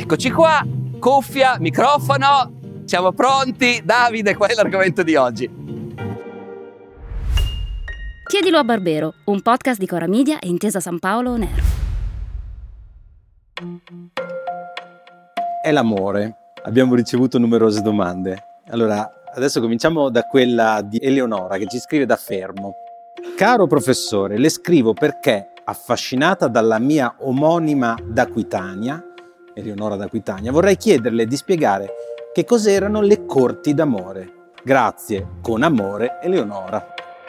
Eccoci qua, cuffia, microfono, siamo pronti. Davide, qual è l'argomento di oggi? Chiedilo a Barbero, un podcast di Cora Media e Intesa San Paolo On Air. È l'amore. Abbiamo ricevuto numerose domande. Allora, adesso cominciamo da quella di Eleonora che ci scrive da Fermo. Caro professore, le scrivo perché, affascinata dalla mia omonima d'Aquitania, Eleonora d'Aquitania, vorrei chiederle di spiegare che cos'erano le corti d'amore. Grazie, con amore, Eleonora.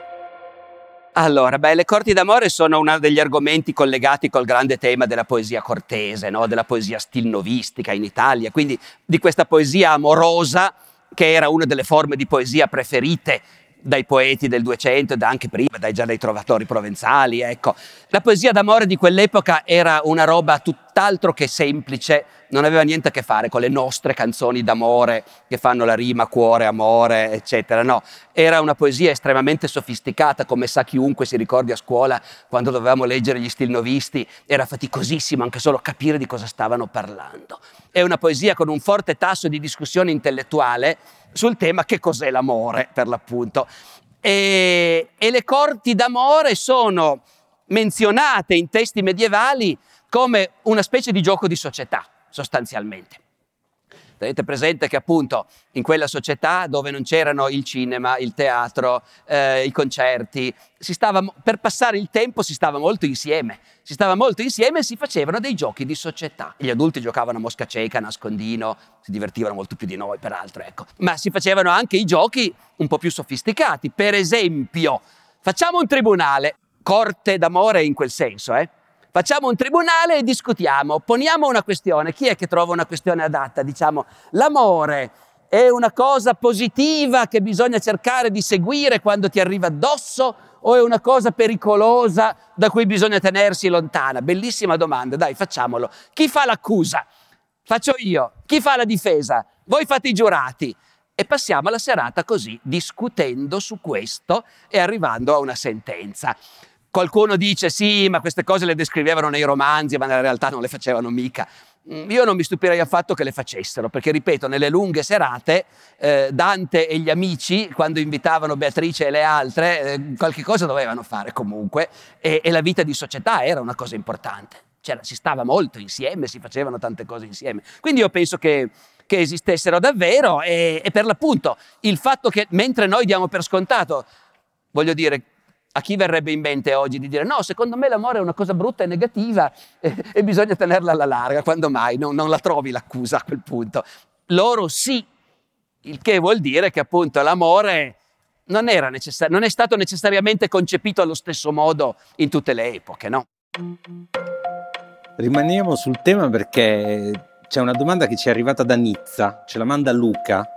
Allora, le corti d'amore sono uno degli argomenti collegati col grande tema della poesia cortese, no? Della poesia stilnovistica in Italia, quindi di questa poesia amorosa che era una delle forme di poesia preferite dai poeti del 200 ed anche prima, già dai trovatori provenzali, ecco. La poesia d'amore di quell'epoca era una roba tutt'altro che semplice, non aveva niente a che fare con le nostre canzoni d'amore che fanno la rima cuore, amore, eccetera, no. Era una poesia estremamente sofisticata, come sa chiunque si ricordi a scuola, quando dovevamo leggere gli stilnovisti, era faticosissimo anche solo capire di cosa stavano parlando. È una poesia con un forte tasso di discussione intellettuale sul tema che cos'è l'amore, per l'appunto. E le corti d'amore sono menzionate in testi medievali come una specie di gioco di società, sostanzialmente. Tenete presente che appunto in quella società dove non c'erano il cinema, il teatro, i concerti, per passare il tempo si stava molto insieme e si facevano dei giochi di società. Gli adulti giocavano a mosca cieca, a nascondino, si divertivano molto più di noi peraltro, ecco. Ma si facevano anche i giochi un po' più sofisticati. Per esempio, facciamo un tribunale, corte d'amore in quel senso, Facciamo un tribunale e discutiamo, poniamo una questione. Chi è che trova una questione adatta? Diciamo, l'amore è una cosa positiva che bisogna cercare di seguire quando ti arriva addosso o è una cosa pericolosa da cui bisogna tenersi lontana? Bellissima domanda, dai, facciamolo. Chi fa l'accusa? Faccio io. Chi fa la difesa? Voi fate i giurati. E passiamo la serata così, discutendo su questo e arrivando a una sentenza. Qualcuno dice sì, ma queste cose le descrivevano nei romanzi, ma in realtà non le facevano mica. Io non mi stupirei affatto che le facessero, perché ripeto, nelle lunghe serate Dante e gli amici, quando invitavano Beatrice e le altre, qualche cosa dovevano fare comunque, e la vita di società era una cosa importante. Cioè, si stava molto insieme, si facevano tante cose insieme. Quindi io penso che esistessero davvero e per l'appunto il fatto che mentre noi diamo per scontato, voglio dire, a chi verrebbe in mente oggi di dire no, secondo me l'amore è una cosa brutta e negativa e bisogna tenerla alla larga, quando mai? Non la trovi l'accusa a quel punto. Loro sì, il che vuol dire che appunto l'amore non è stato necessariamente concepito allo stesso modo in tutte le epoche, no? Rimaniamo sul tema perché c'è una domanda che ci è arrivata da Nizza, ce la manda Luca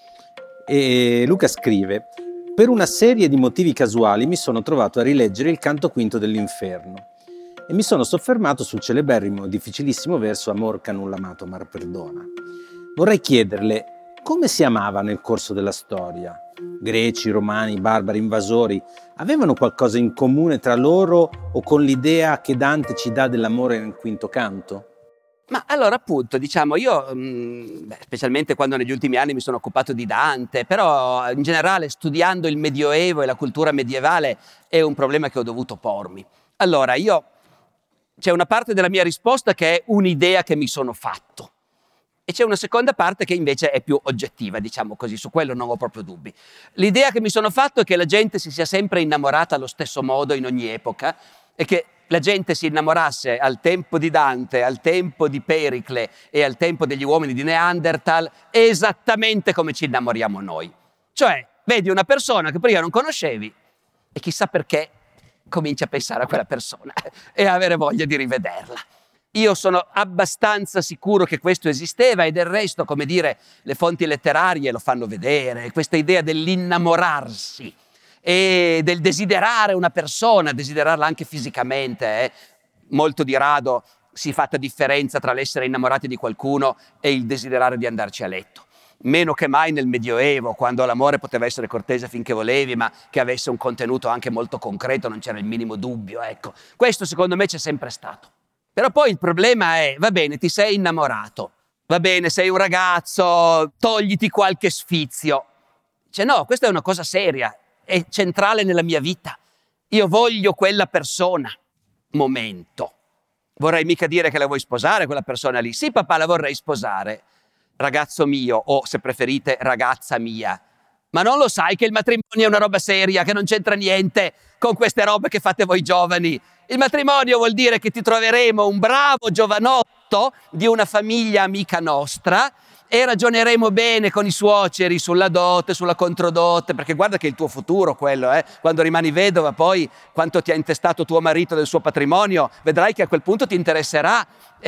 e Luca scrive: per una serie di motivi casuali mi sono trovato a rileggere il canto quinto dell'Inferno e mi sono soffermato sul celeberrimo e difficilissimo verso Amor che nulla amato, mar perdona. Vorrei chiederle come si amava nel corso della storia. Greci, romani, barbari, invasori avevano qualcosa in comune tra loro o con l'idea che Dante ci dà dell'amore nel quinto canto? Ma allora appunto, diciamo, io specialmente quando negli ultimi anni mi sono occupato di Dante, però in generale studiando il Medioevo e la cultura medievale è un problema che ho dovuto pormi. Allora, c'è una parte della mia risposta che è un'idea che mi sono fatto e c'è una seconda parte che invece è più oggettiva, diciamo così, su quello non ho proprio dubbi. L'idea che mi sono fatto è che la gente si sia sempre innamorata allo stesso modo in ogni epoca e che la gente si innamorasse al tempo di Dante, al tempo di Pericle e al tempo degli uomini di Neanderthal esattamente come ci innamoriamo noi. Cioè, vedi una persona che prima non conoscevi e chissà perché cominci a pensare a quella persona e a avere voglia di rivederla. Io sono abbastanza sicuro che questo esisteva e del resto, come dire, le fonti letterarie lo fanno vedere, questa idea dell'innamorarsi e del desiderare una persona, desiderarla anche fisicamente. Molto di rado si è fatta differenza tra l'essere innamorati di qualcuno e il desiderare di andarci a letto. Meno che mai nel Medioevo, quando l'amore poteva essere cortese finché volevi, ma che avesse un contenuto anche molto concreto, non c'era il minimo dubbio, ecco. Questo secondo me c'è sempre stato. Però poi il problema è, va bene, ti sei innamorato, va bene, sei un ragazzo, togliti qualche sfizio. Dice no, questa è una cosa seria, è centrale nella mia vita. Io voglio quella persona. Momento. Vorrei mica dire che la vuoi sposare quella persona lì. Sì, papà, la vorrei sposare, ragazzo mio, o se preferite ragazza mia. Ma non lo sai che il matrimonio è una roba seria, che non c'entra niente con queste robe che fate voi giovani. Il matrimonio vuol dire che ti troveremo un bravo giovanotto di una famiglia amica nostra e ragioneremo bene con i suoceri sulla dote, sulla controdote, perché guarda che è il tuo futuro quello, quando rimani vedova poi quanto ti ha intestato tuo marito del suo patrimonio, vedrai che a quel punto ti interesserà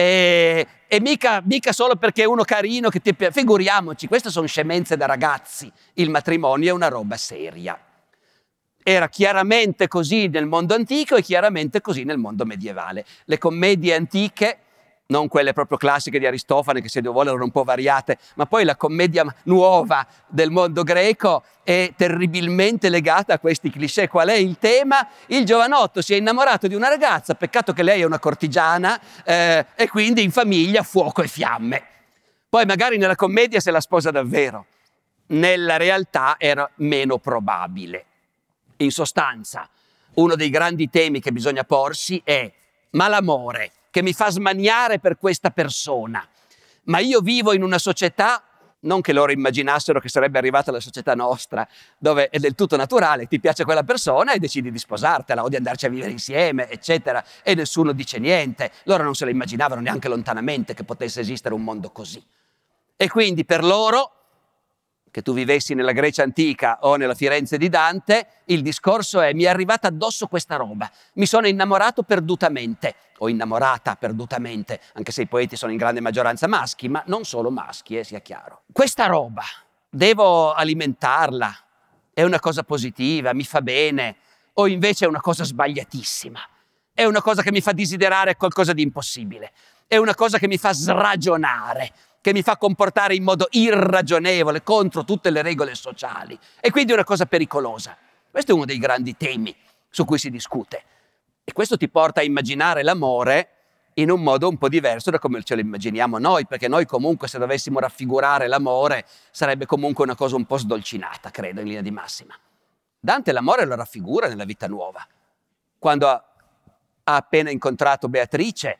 e mica solo perché è uno carino che ti piace, figuriamoci, queste sono scemenze da ragazzi, il matrimonio è una roba seria. Era chiaramente così nel mondo antico e chiaramente così nel mondo medievale. Le commedie antiche, non quelle proprio classiche di Aristofane che se Dio vuole erano un po' variate, ma poi la commedia nuova del mondo greco è terribilmente legata a questi cliché. Qual è il tema? Il giovanotto si è innamorato di una ragazza, peccato che lei è una cortigiana e quindi in famiglia fuoco e fiamme. Poi magari nella commedia se la sposa davvero, nella realtà era meno probabile. In sostanza, uno dei grandi temi che bisogna porsi è: ma l'amore che mi fa smaniare per questa persona, ma io vivo in una società, non che loro immaginassero che sarebbe arrivata la società nostra, dove è del tutto naturale, ti piace quella persona e decidi di sposartela o di andarci a vivere insieme, eccetera, e nessuno dice niente. Loro non se lo immaginavano neanche lontanamente che potesse esistere un mondo così. E quindi per loro, che tu vivessi nella Grecia antica o nella Firenze di Dante, il discorso è: mi è arrivata addosso questa roba, mi sono innamorato perdutamente, o innamorata perdutamente, anche se i poeti sono in grande maggioranza maschi, ma non solo maschi, sia chiaro. Questa roba, devo alimentarla, è una cosa positiva, mi fa bene, o invece è una cosa sbagliatissima, è una cosa che mi fa desiderare qualcosa di impossibile, è una cosa che mi fa sragionare, che mi fa comportare in modo irragionevole contro tutte le regole sociali e quindi è una cosa pericolosa. Questo è uno dei grandi temi su cui si discute e questo ti porta a immaginare l'amore in un modo un po' diverso da come ce lo immaginiamo noi, perché noi comunque se dovessimo raffigurare l'amore sarebbe comunque una cosa un po' sdolcinata, credo, in linea di massima. Dante l'amore lo raffigura nella Vita Nuova, quando ha appena incontrato Beatrice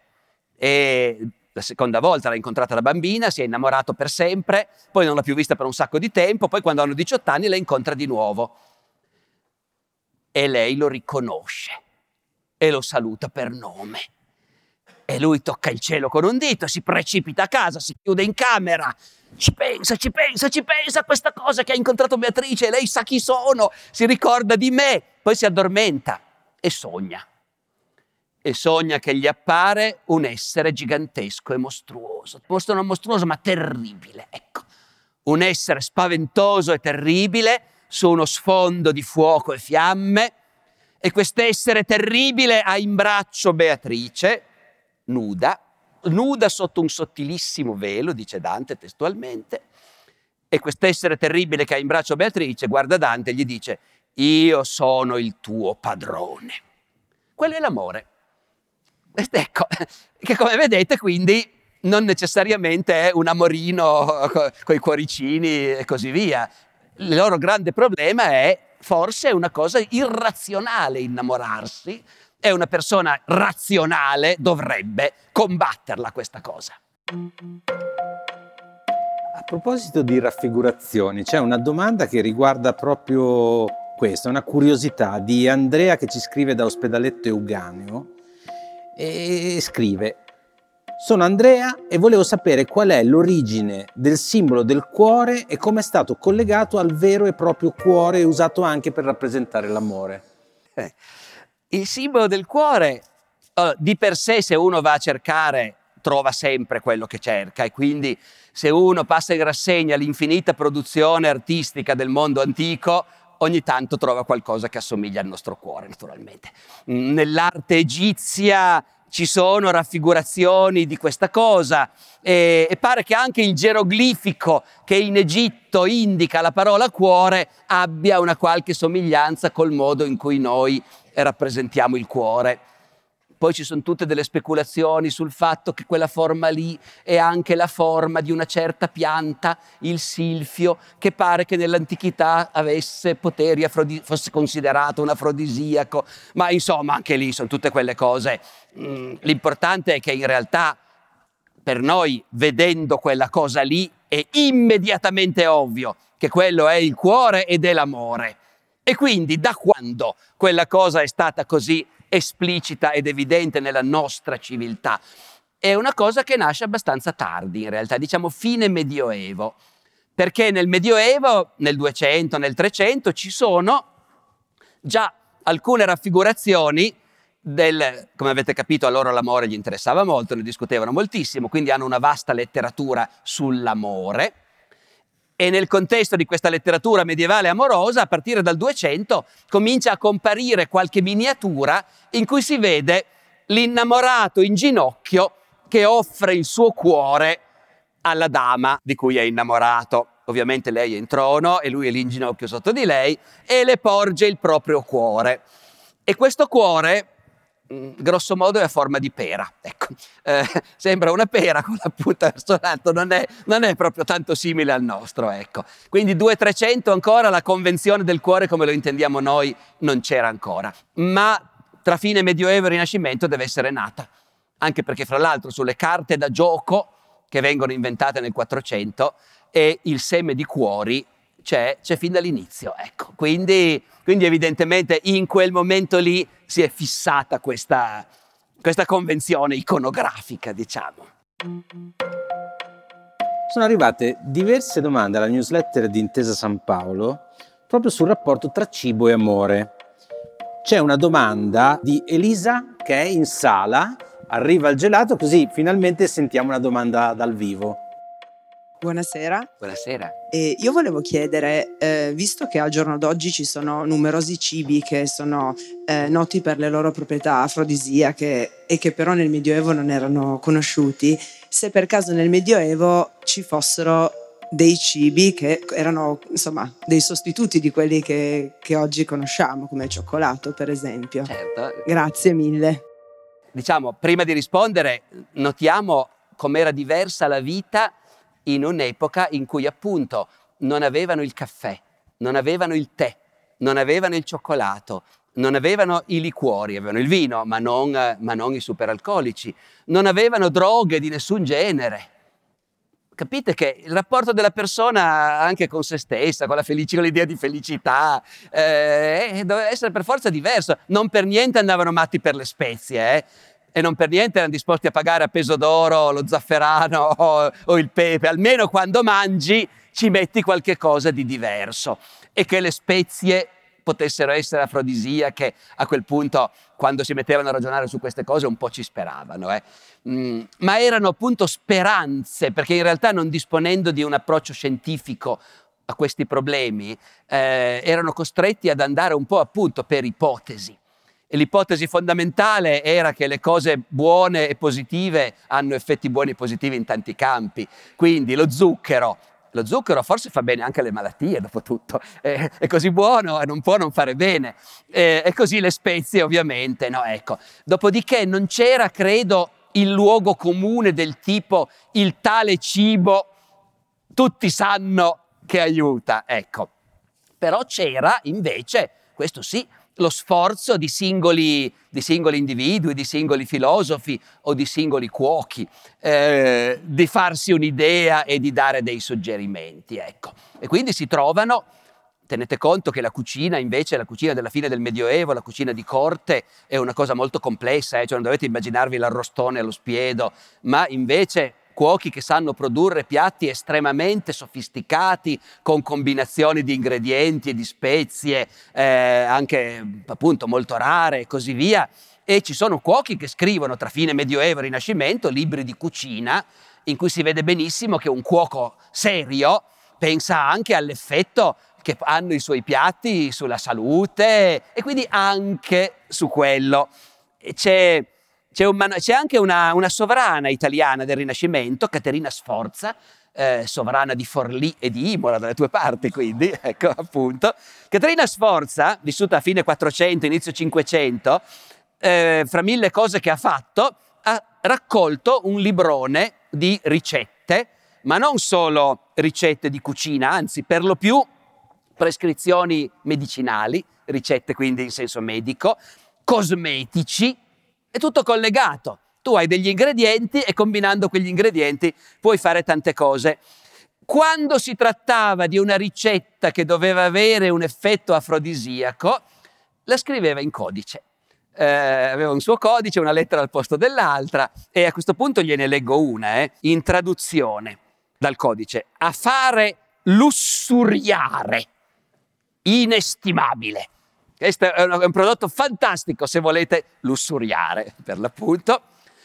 e la seconda volta l'ha incontrata da bambina, si è innamorato per sempre, poi non l'ha più vista per un sacco di tempo, poi quando hanno 18 anni la incontra di nuovo e lei lo riconosce e lo saluta per nome e lui tocca il cielo con un dito, si precipita a casa, si chiude in camera, ci pensa a questa cosa che ha incontrato Beatrice e lei sa chi sono, si ricorda di me, poi si addormenta e sogna che gli appare un essere gigantesco e mostruoso. Non mostruoso, ma terribile, ecco. Un essere spaventoso e terribile su uno sfondo di fuoco e fiamme e quest'essere terribile ha in braccio Beatrice, nuda sotto un sottilissimo velo, dice Dante testualmente, e quest'essere terribile che ha in braccio Beatrice guarda Dante e gli dice: io sono il tuo padrone. Quello è l'amore. Ecco, che come vedete quindi non necessariamente è un amorino coi cuoricini e così via. Il loro grande problema è forse una cosa irrazionale innamorarsi e una persona razionale dovrebbe combatterla questa cosa. A proposito di raffigurazioni, c'è una domanda che riguarda proprio questo, una curiosità di Andrea che ci scrive da Ospedaletto Euganeo. E scrive: sono Andrea e volevo sapere qual è l'origine del simbolo del cuore e come è stato collegato al vero e proprio cuore usato anche per rappresentare l'amore. Il simbolo del cuore di per sé, se uno va a cercare, trova sempre quello che cerca e quindi se uno passa in rassegna l'infinita produzione artistica del mondo antico, ogni tanto trova qualcosa che assomiglia al nostro cuore, naturalmente. Nell'arte egizia ci sono raffigurazioni di questa cosa e pare che anche il geroglifico che in Egitto indica la parola cuore abbia una qualche somiglianza col modo in cui noi rappresentiamo il cuore. poi ci sono tutte delle speculazioni sul fatto che quella forma lì è anche la forma di una certa pianta, il silfio, che pare che nell'antichità avesse poteri, fosse considerato un afrodisiaco, ma insomma anche lì sono tutte quelle cose. L'importante è che in realtà per noi, vedendo quella cosa lì, è immediatamente ovvio che quello è il cuore ed è l'amore. E quindi da quando quella cosa è stata così esplicita ed evidente nella nostra civiltà? È una cosa che nasce abbastanza tardi, in realtà, diciamo fine Medioevo, perché nel Medioevo, nel 200, nel 300, ci sono già alcune raffigurazioni come avete capito, a loro l'amore gli interessava molto, ne discutevano moltissimo, quindi hanno una vasta letteratura sull'amore. E nel contesto di questa letteratura medievale amorosa, a partire dal 200, comincia a comparire qualche miniatura in cui si vede l'innamorato in ginocchio che offre il suo cuore alla dama di cui è innamorato. Ovviamente lei è in trono e lui è lì in ginocchio sotto di lei e le porge il proprio cuore. E questo cuore, grosso modo, è a forma di pera, ecco. Sembra una pera con la punta verso l'alto, non è proprio tanto simile al nostro, ecco. Quindi 200-300 ancora la convenzione del cuore come lo intendiamo noi non c'era ancora, ma tra fine Medioevo e Rinascimento deve essere nata, anche perché fra l'altro sulle carte da gioco che vengono inventate nel 400 e il seme di cuori c'è fin dall'inizio, ecco. Quindi evidentemente in quel momento lì si è fissata questa convenzione iconografica, diciamo. Sono arrivate diverse domande alla newsletter di Intesa San Paolo proprio sul rapporto tra cibo e amore. C'è una domanda di Elisa che è in sala, arriva il gelato, così finalmente sentiamo una domanda dal vivo. Buonasera. Buonasera. Io volevo chiedere, visto che al giorno d'oggi ci sono numerosi cibi che sono noti per le loro proprietà afrodisiache e che però nel Medioevo non erano conosciuti, se per caso nel Medioevo ci fossero dei cibi che erano, insomma, dei sostituti di quelli che oggi conosciamo, come il cioccolato, per esempio. Certo. Grazie mille. Diciamo, prima di rispondere, notiamo com'era diversa la vita in un'epoca in cui appunto non avevano il caffè, non avevano il tè, non avevano il cioccolato, non avevano i liquori, avevano il vino, ma non i superalcolici, non avevano droghe di nessun genere. Capite che il rapporto della persona anche con se stessa, con l'idea di felicità, doveva essere per forza diverso. Non per niente andavano matti per le spezie, e non per niente erano disposti a pagare a peso d'oro lo zafferano o il pepe. Almeno quando mangi ci metti qualche cosa di diverso. E che le spezie potessero essere afrodisiache, a quel punto, quando si mettevano a ragionare su queste cose, un po' ci speravano. Ma erano appunto speranze, perché in realtà, non disponendo di un approccio scientifico a questi problemi, erano costretti ad andare un po' appunto per ipotesi. E l'ipotesi fondamentale era che le cose buone e positive hanno effetti buoni e positivi in tanti campi. Quindi lo zucchero forse fa bene anche alle malattie, dopo tutto, è così buono e non può non fare bene, e così le spezie ovviamente, no, ecco. Dopodiché non c'era, credo, il luogo comune del tipo il tale cibo tutti sanno che aiuta, ecco. Però c'era invece, questo sì, lo sforzo di singoli individui, di singoli filosofi o di singoli cuochi, di farsi un'idea e di dare dei suggerimenti, ecco. E quindi si trovano, tenete conto che la cucina invece, la cucina della fine del Medioevo, la cucina di corte, è una cosa molto complessa, cioè non dovete immaginarvi l'arrostone allo spiedo, ma invece cuochi che sanno produrre piatti estremamente sofisticati con combinazioni di ingredienti e di spezie anche appunto molto rare e così via. E ci sono cuochi che scrivono tra fine Medioevo e Rinascimento libri di cucina in cui si vede benissimo che un cuoco serio pensa anche all'effetto che hanno i suoi piatti sulla salute e quindi anche su quello. C'è anche una sovrana italiana del Rinascimento, Caterina Sforza, sovrana di Forlì e di Imola, dalle tue parti, quindi, ecco appunto. Caterina Sforza, vissuta a fine 400, inizio 500, fra mille cose che ha fatto, ha raccolto un librone di ricette, ma non solo ricette di cucina, anzi per lo più prescrizioni medicinali, ricette quindi in senso medico, cosmetici, è tutto collegato. Tu hai degli ingredienti e combinando quegli ingredienti puoi fare tante cose. Quando si trattava di una ricetta che doveva avere un effetto afrodisiaco, la scriveva in codice. Aveva un suo codice, una lettera al posto dell'altra, e a questo punto gliene leggo una, in traduzione dal codice. A fare lussuriare, inestimabile. Questo è un prodotto fantastico se volete lussuriare, per l'appunto.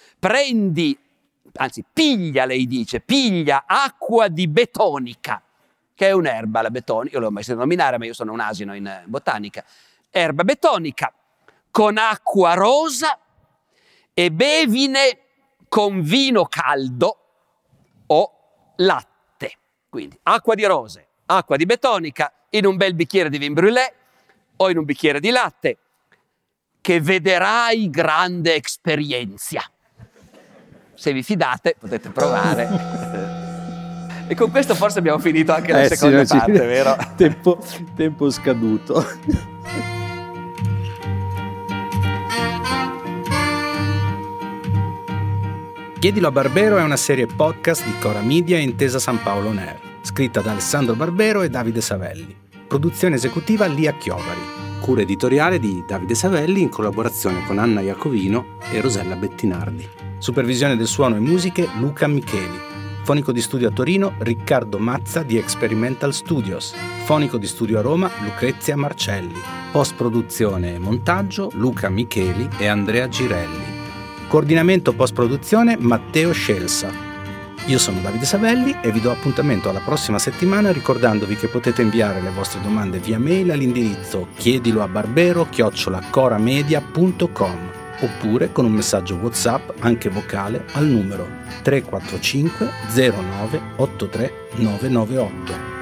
Piglia, lei dice, piglia acqua di betonica, che è un'erba, la betonica, io l'ho mai sentito nominare, ma io sono un asino in botanica. Erba betonica con acqua rosa e bevine con vino caldo o latte. Quindi acqua di rose, acqua di betonica in un bel bicchiere di vin brûlé o in un bicchiere di latte, che vedrai grande esperienza. Se vi fidate potete provare. E con questo forse abbiamo finito anche la seconda parte, vero? Tempo scaduto. Chiedilo a Barbero è una serie podcast di Cora Media e Intesa San Paolo On Air, scritta da Alessandro Barbero e Davide Savelli. Produzione esecutiva Lia Chiovari. Cura editoriale di Davide Savelli in collaborazione con Anna Iacovino e Rosella Bettinardi. Supervisione del suono e musiche Luca Micheli. Fonico di studio a Torino Riccardo Mazza di Experimental Studios. Fonico di studio a Roma Lucrezia Marcelli. Post-produzione e montaggio Luca Micheli e Andrea Girelli. Coordinamento post-produzione Matteo Scelsa. Io sono Davide Savelli e vi do appuntamento alla prossima settimana ricordandovi che potete inviare le vostre domande via mail all'indirizzo chiediloabarbero@coramedia.com oppure con un messaggio WhatsApp anche vocale al numero 345 09 83 998.